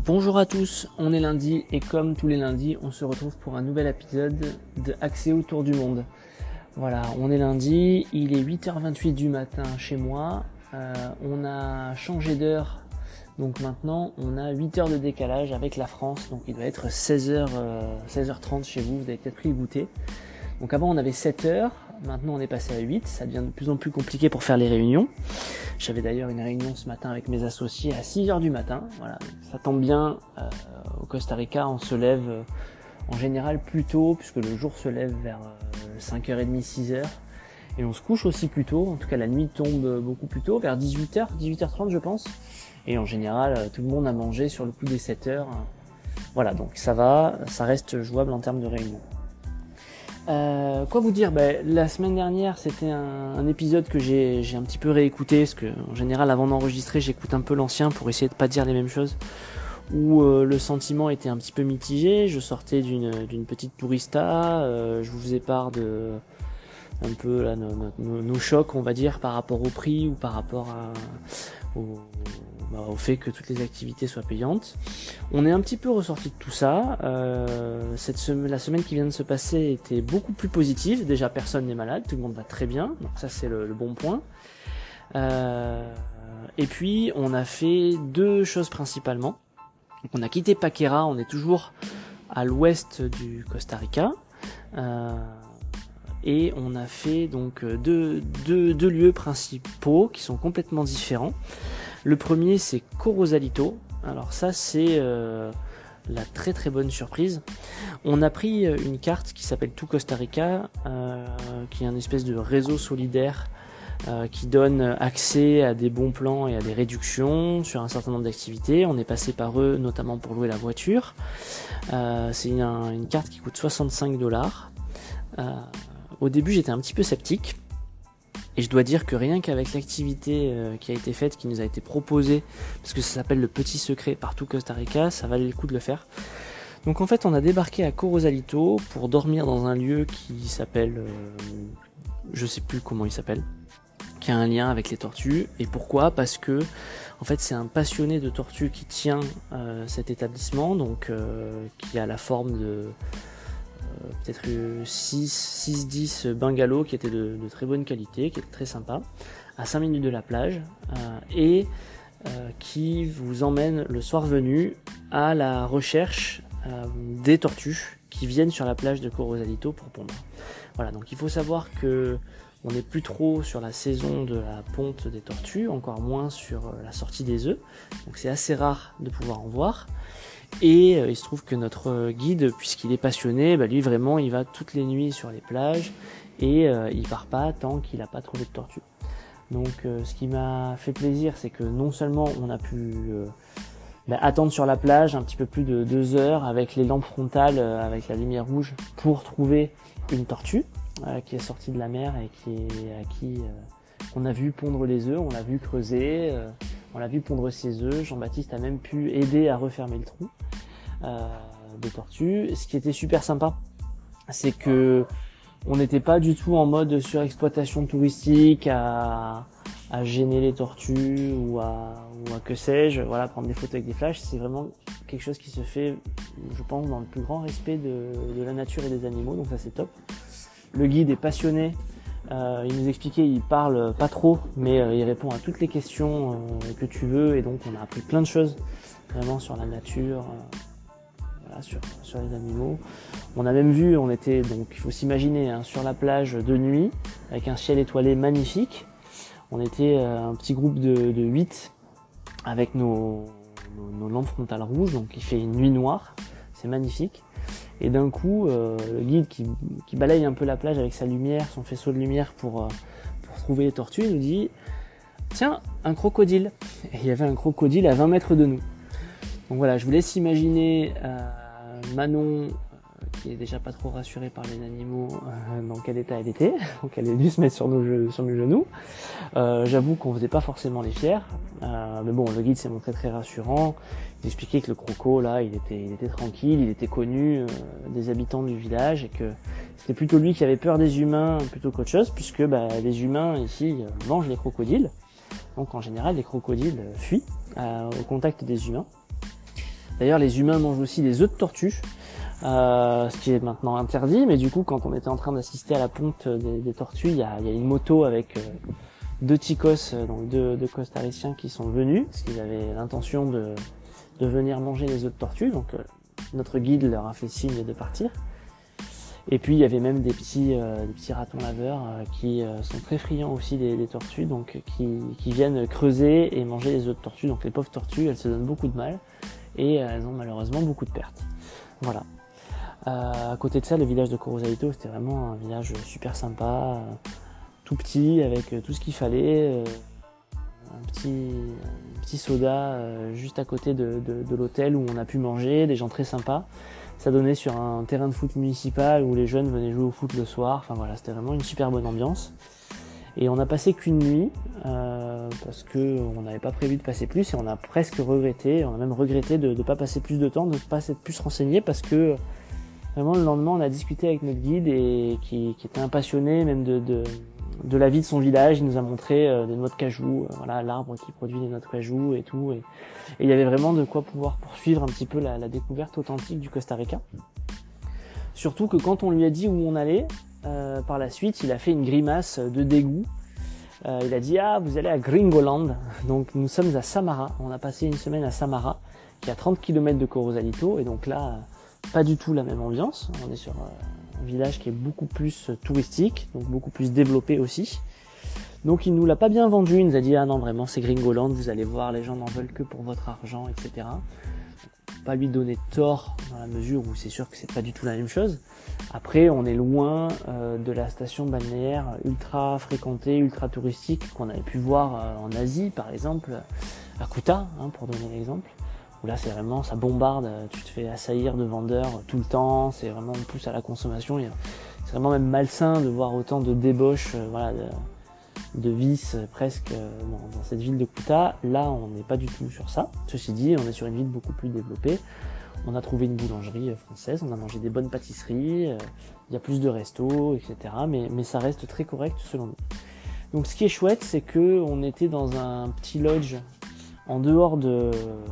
Bonjour à tous, on est lundi et comme tous les lundis, on se retrouve pour un nouvel épisode de Accès autour du monde. Voilà, on est lundi, il est 8h28 du matin chez moi, on a changé d'heure, donc maintenant on a 8 heures de décalage avec la France, donc il doit être 16h30 chez vous, vous avez peut-être pris le goûter. Donc avant on avait 7 heures, maintenant on est passé à 8, ça devient de plus en plus compliqué pour faire les réunions. J'avais d'ailleurs une réunion ce matin avec mes associés à 6h du matin, voilà, ça tombe bien, au Costa Rica on se lève en général plus tôt, puisque le jour se lève vers 5h30, 6h, et on se couche aussi plus tôt, en tout cas la nuit tombe beaucoup plus tôt, vers 18h, 18h30 je pense, et en général tout le monde a mangé sur le coup des 7h, voilà, donc ça va, ça reste jouable en termes de réunion. Quoi vous dire, la semaine dernière c'était un épisode que j'ai un petit peu réécouté, parce que en général avant d'enregistrer j'écoute un peu l'ancien pour essayer de pas dire les mêmes choses, où le sentiment était un petit peu mitigé. Je sortais d'une petite tourista, je vous faisais part de un peu là, nos chocs on va dire par rapport au prix ou par rapport au fait que toutes les activités soient payantes. On est un petit peu ressorti de tout ça. La semaine qui vient de se passer était beaucoup plus positive. Déjà personne n'est malade, tout le monde va très bien, donc ça c'est le bon point. Et puis on a fait deux choses principalement. Donc on a quitté Paquera, on est toujours à l'ouest du Costa Rica. Et on a fait donc deux lieux principaux qui sont complètement différents. Le premier c'est Corozalito. Alors ça c'est la très très bonne surprise. On a pris une carte qui s'appelle Tout Costa Rica, qui est un espèce de réseau solidaire qui donne accès à des bons plans et à des réductions sur un certain nombre d'activités. On est passé par eux notamment pour louer la voiture. C'est une carte qui coûte $65. Au début j'étais un petit peu sceptique. Et je dois dire que rien qu'avec l'activité qui a été faite, qui nous a été proposée, parce que ça s'appelle le petit secret partout Costa Rica, ça valait le coup de le faire. Donc en fait on a débarqué à Corozalito pour dormir dans un lieu qui s'appelle, je sais plus comment il s'appelle, qui a un lien avec les tortues. Et pourquoi ? Parce que en fait c'est un passionné de tortues qui tient cet établissement, donc qui a la forme de peut-être 6-10 bungalows qui étaient de très bonne qualité, qui étaient très sympas, à 5 minutes de la plage, et qui vous emmène le soir venu à la recherche des tortues qui viennent sur la plage de Corozalito pour pondre. Voilà, donc il faut savoir que on n'est plus trop sur la saison de la ponte des tortues, encore moins sur la sortie des œufs, donc c'est assez rare de pouvoir en voir. Et il se trouve que notre guide, puisqu'il est passionné, lui vraiment il va toutes les nuits sur les plages et il part pas tant qu'il n'a pas trouvé de tortue. Donc ce qui m'a fait plaisir, c'est que non seulement on a pu attendre sur la plage un petit peu plus de 2 heures avec les lampes frontales, avec la lumière rouge, pour trouver une tortue qui est sortie de la mer et on a vu pondre les œufs, on l'a vu creuser, on l'a vu pondre ses œufs. Jean-Baptiste a même pu aider à refermer le trou des tortues. Ce qui était super sympa, c'est que on n'était pas du tout en mode surexploitation touristique à gêner les tortues ou à que sais-je, voilà, prendre des photos avec des flashs. C'est vraiment quelque chose qui se fait, je pense, dans le plus grand respect de la nature et des animaux, donc ça c'est top. Le guide est passionné. Il nous expliquait, il parle pas trop, mais il répond à toutes les questions que tu veux, et donc on a appris plein de choses vraiment sur la nature, voilà, sur les animaux. On a même vu, on était, donc il faut s'imaginer, sur la plage de nuit avec un ciel étoilé magnifique. On était un petit groupe de 8 avec nos lampes frontales rouges, donc il fait une nuit noire, c'est magnifique. Et d'un coup, le guide qui balaye un peu la plage avec sa lumière, son faisceau de lumière pour trouver les tortues, nous dit « Tiens, un crocodile !» Et il y avait un crocodile à 20 mètres de nous. Donc voilà, je vous laisse imaginer Manon, qui est déjà pas trop rassurée par les animaux, dans quel état elle était. Donc elle est venue se mettre sur mes genoux. J'avoue qu'on faisait pas forcément les fiers. Mais bon, le guide s'est montré très rassurant. Il expliquait que le croco, là, il était tranquille, il était connu des habitants du village et que c'était plutôt lui qui avait peur des humains plutôt qu'autre chose, puisque les humains ici mangent les crocodiles. Donc en général, les crocodiles fuient au contact des humains. D'ailleurs, les humains mangent aussi des œufs de tortue, ce qui est maintenant interdit, mais du coup, quand on était en train d'assister à la ponte des tortues, il y a une moto avec deux ticos, donc deux costariciens qui sont venus, parce qu'ils avaient l'intention de venir manger les œufs de tortue, donc notre guide leur a fait signe de partir. Et puis il y avait même des petits ratons laveurs qui sont très friands aussi des tortues, donc qui viennent creuser et manger les œufs de tortue. Donc les pauvres tortues, elles se donnent beaucoup de mal et elles ont malheureusement beaucoup de pertes. Voilà. À côté de ça, le village de Corozalito, c'était vraiment un village super sympa, tout petit, avec tout ce qu'il fallait. Un petit soda juste à côté de l'hôtel où on a pu manger, des gens très sympas. Ça donnait sur un terrain de foot municipal où les jeunes venaient jouer au foot le soir. Enfin voilà, c'était vraiment une super bonne ambiance. Et on n'a passé qu'une nuit parce que on n'avait pas prévu de passer plus et on a presque regretté. On a même regretté de ne pas passer plus de temps, de ne pas s'être plus renseigné parce que vraiment le lendemain on a discuté avec notre guide et qui était un passionné même de la vie de son village. Il nous a montré des noix de cajou, voilà, l'arbre qui produit des noix de cajou et tout. Et il y avait vraiment de quoi pouvoir poursuivre un petit peu la découverte authentique du Costa Rica. Surtout que quand on lui a dit où on allait, par la suite, il a fait une grimace de dégoût. Il a dit « Ah, vous allez à Gringoland ». Donc nous sommes à Samara. On a passé une semaine à Samara, qui est à 30 km de Corozalito. Et donc là, pas du tout la même ambiance. On est sur un village qui est beaucoup plus touristique, donc beaucoup plus développé aussi. Donc il nous l'a pas bien vendu, il nous a dit ah non vraiment c'est Gringoland, vous allez voir, les gens n'en veulent que pour votre argent, etc. Pas lui donner tort dans la mesure où c'est sûr que c'est pas du tout la même chose. Après on est loin de la station balnéaire ultra fréquentée, ultra touristique qu'on avait pu voir en Asie par exemple, à Kuta, pour donner l'exemple. Où là c'est vraiment, ça bombarde, tu te fais assaillir de vendeurs tout le temps, c'est vraiment on pousse à la consommation. C'est vraiment même malsain de voir autant de débauches, voilà, de vices presque dans cette ville de Kuta. Là on n'est pas du tout sur ça. Ceci dit, on est sur une ville beaucoup plus développée. On a trouvé une boulangerie française, on a mangé des bonnes pâtisseries, il y a plus de restos, etc. Mais ça reste très correct selon nous. Donc ce qui est chouette, c'est que on était dans un petit lodge en dehors de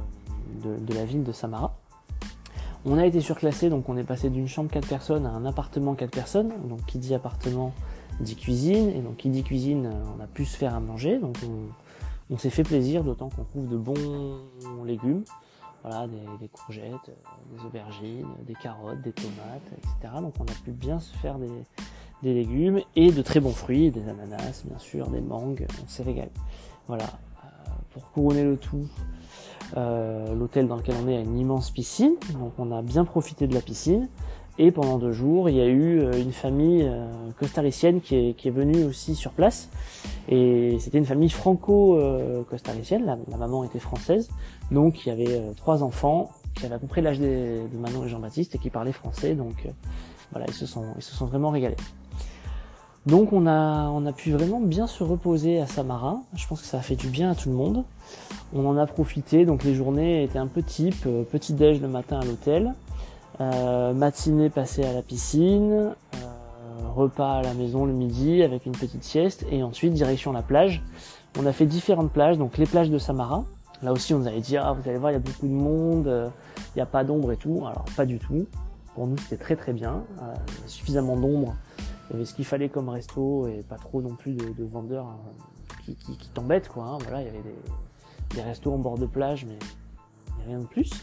la ville de Samara. On a été surclassé, donc on est passé d'une chambre 4 personnes à un appartement 4 personnes. Donc qui dit appartement dit cuisine, et donc qui dit cuisine, on a pu se faire à manger. Donc on s'est fait plaisir, d'autant qu'on trouve de bons légumes. Voilà, des courgettes, des aubergines, des carottes, des tomates, etc. Donc on a pu bien se faire des légumes et de très bons fruits, des ananas, bien sûr, des mangues, on s'est régalé. Voilà, pour couronner le tout, l'hôtel dans lequel on est a une immense piscine, donc on a bien profité de la piscine. Et pendant 2 jours, il y a eu une famille costaricienne qui est venue aussi sur place. Et c'était une famille franco-costaricienne, la maman était française. Donc il y avait 3 enfants qui avaient à peu près l'âge de Manon et Jean-Baptiste et qui parlaient français. Donc voilà, ils se sont vraiment régalés. Donc on a pu vraiment bien se reposer à Samara. Je pense que ça a fait du bien à tout le monde. On en a profité, donc les journées étaient un peu type petit déj le matin à l'hôtel, matinée passée à la piscine, repas à la maison le midi avec une petite sieste et ensuite direction la plage. On a fait différentes plages, donc les plages de Samara. Là aussi on nous avait dit ah vous allez voir il y a beaucoup de monde, il n'y a pas d'ombre et tout. Alors pas du tout. Pour nous c'était très très bien, il y a suffisamment d'ombre. Il y avait ce qu'il fallait comme resto et pas trop non plus de vendeurs qui t'embêtent quoi. Voilà, il y avait des restos en bord de plage mais rien de plus.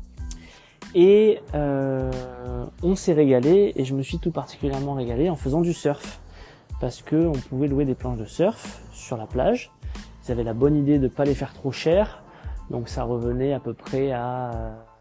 Et on s'est régalé et je me suis tout particulièrement régalé en faisant du surf parce que on pouvait louer des planches de surf sur la plage. Ils avaient la bonne idée de pas les faire trop cher, donc ça revenait à peu près à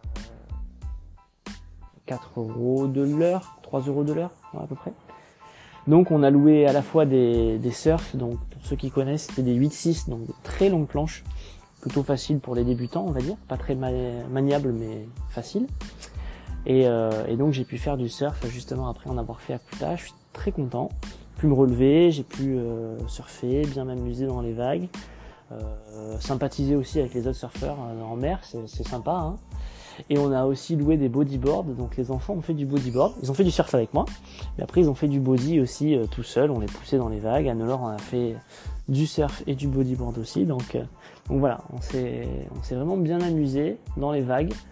4 € de l'heure, 3 € de l'heure à peu près. Donc on a loué à la fois des surfs, donc pour ceux qui connaissent c'était des 8-6, donc de très longues planches, plutôt facile pour les débutants on va dire, pas très maniable mais facile. Et donc j'ai pu faire du surf justement après en avoir fait à Kuta, je suis très content, j'ai pu me relever, j'ai pu surfer, bien m'amuser dans les vagues, sympathiser aussi avec les autres surfeurs en mer, c'est sympa hein. Et on a aussi loué des bodyboards, donc les enfants ont fait du bodyboard, ils ont fait du surf avec moi, mais après ils ont fait du body aussi tout seuls, on les poussait dans les vagues, à Neulor on a fait du surf et du bodyboard aussi, donc voilà, on s'est vraiment bien amusé dans les vagues,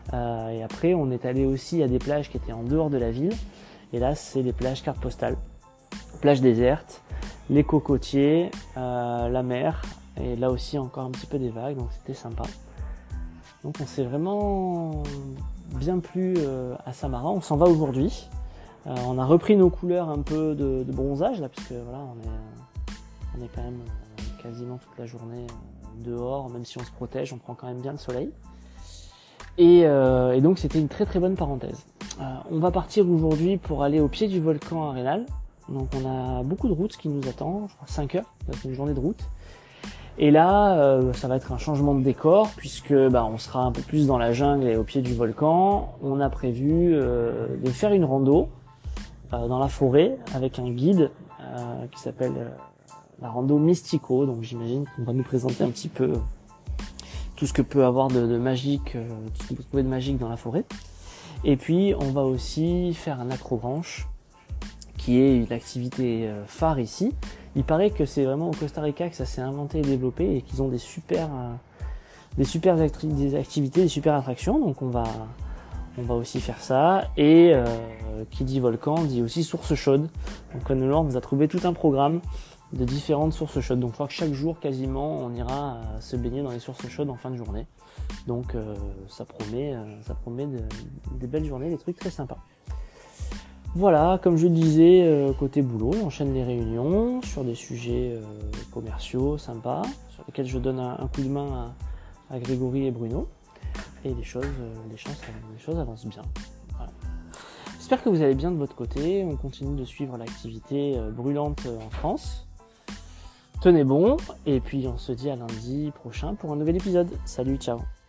Et après, on est allé aussi à des plages qui étaient en dehors de la ville. Et là, c'est des plages carte postale, plages désertes, les cocotiers, la mer, et là aussi encore un petit peu des vagues, donc c'était sympa. Donc on s'est vraiment bien plu à Samara. On s'en va aujourd'hui. On a repris nos couleurs un peu de bronzage là, puisque voilà, on est quand même quasiment toute la journée dehors, même si on se protège, on prend quand même bien le soleil. Et donc c'était une très très bonne parenthèse. On va partir aujourd'hui pour aller au pied du volcan Arenal. Donc on a beaucoup de routes qui nous attend, je crois 5 heures, ça va être une journée de route. Et là, ça va être un changement de décor puisque on sera un peu plus dans la jungle et au pied du volcan. On a prévu de faire une rando dans la forêt avec un guide qui s'appelle la rando Mystico. Donc j'imagine qu'on va nous présenter un petit peu tout ce que peut avoir de magique, tout ce qu'on peut trouver de magique dans la forêt. Et puis on va aussi faire un acrobranche, qui est une activité phare ici. Il paraît que c'est vraiment au Costa Rica que ça s'est inventé et développé et qu'ils ont des super activités, des super attractions. Donc on va aussi faire ça. Et qui dit volcan dit aussi source chaude. Donc Anne-Laure nous a trouvé tout un programme de différentes sources chaudes. Donc je crois que chaque jour quasiment on ira se baigner dans les sources chaudes en fin de journée. Donc ça promet des belles journées, des trucs très sympas. Voilà, comme je le disais, côté boulot, on enchaîne les réunions sur des sujets commerciaux sympas, sur lesquels je donne un coup de main à Grégory et Bruno. Et les choses avancent bien. Voilà. J'espère que vous allez bien de votre côté. On continue de suivre l'activité brûlante en France. Tenez bon, et puis on se dit à lundi prochain pour un nouvel épisode. Salut, ciao!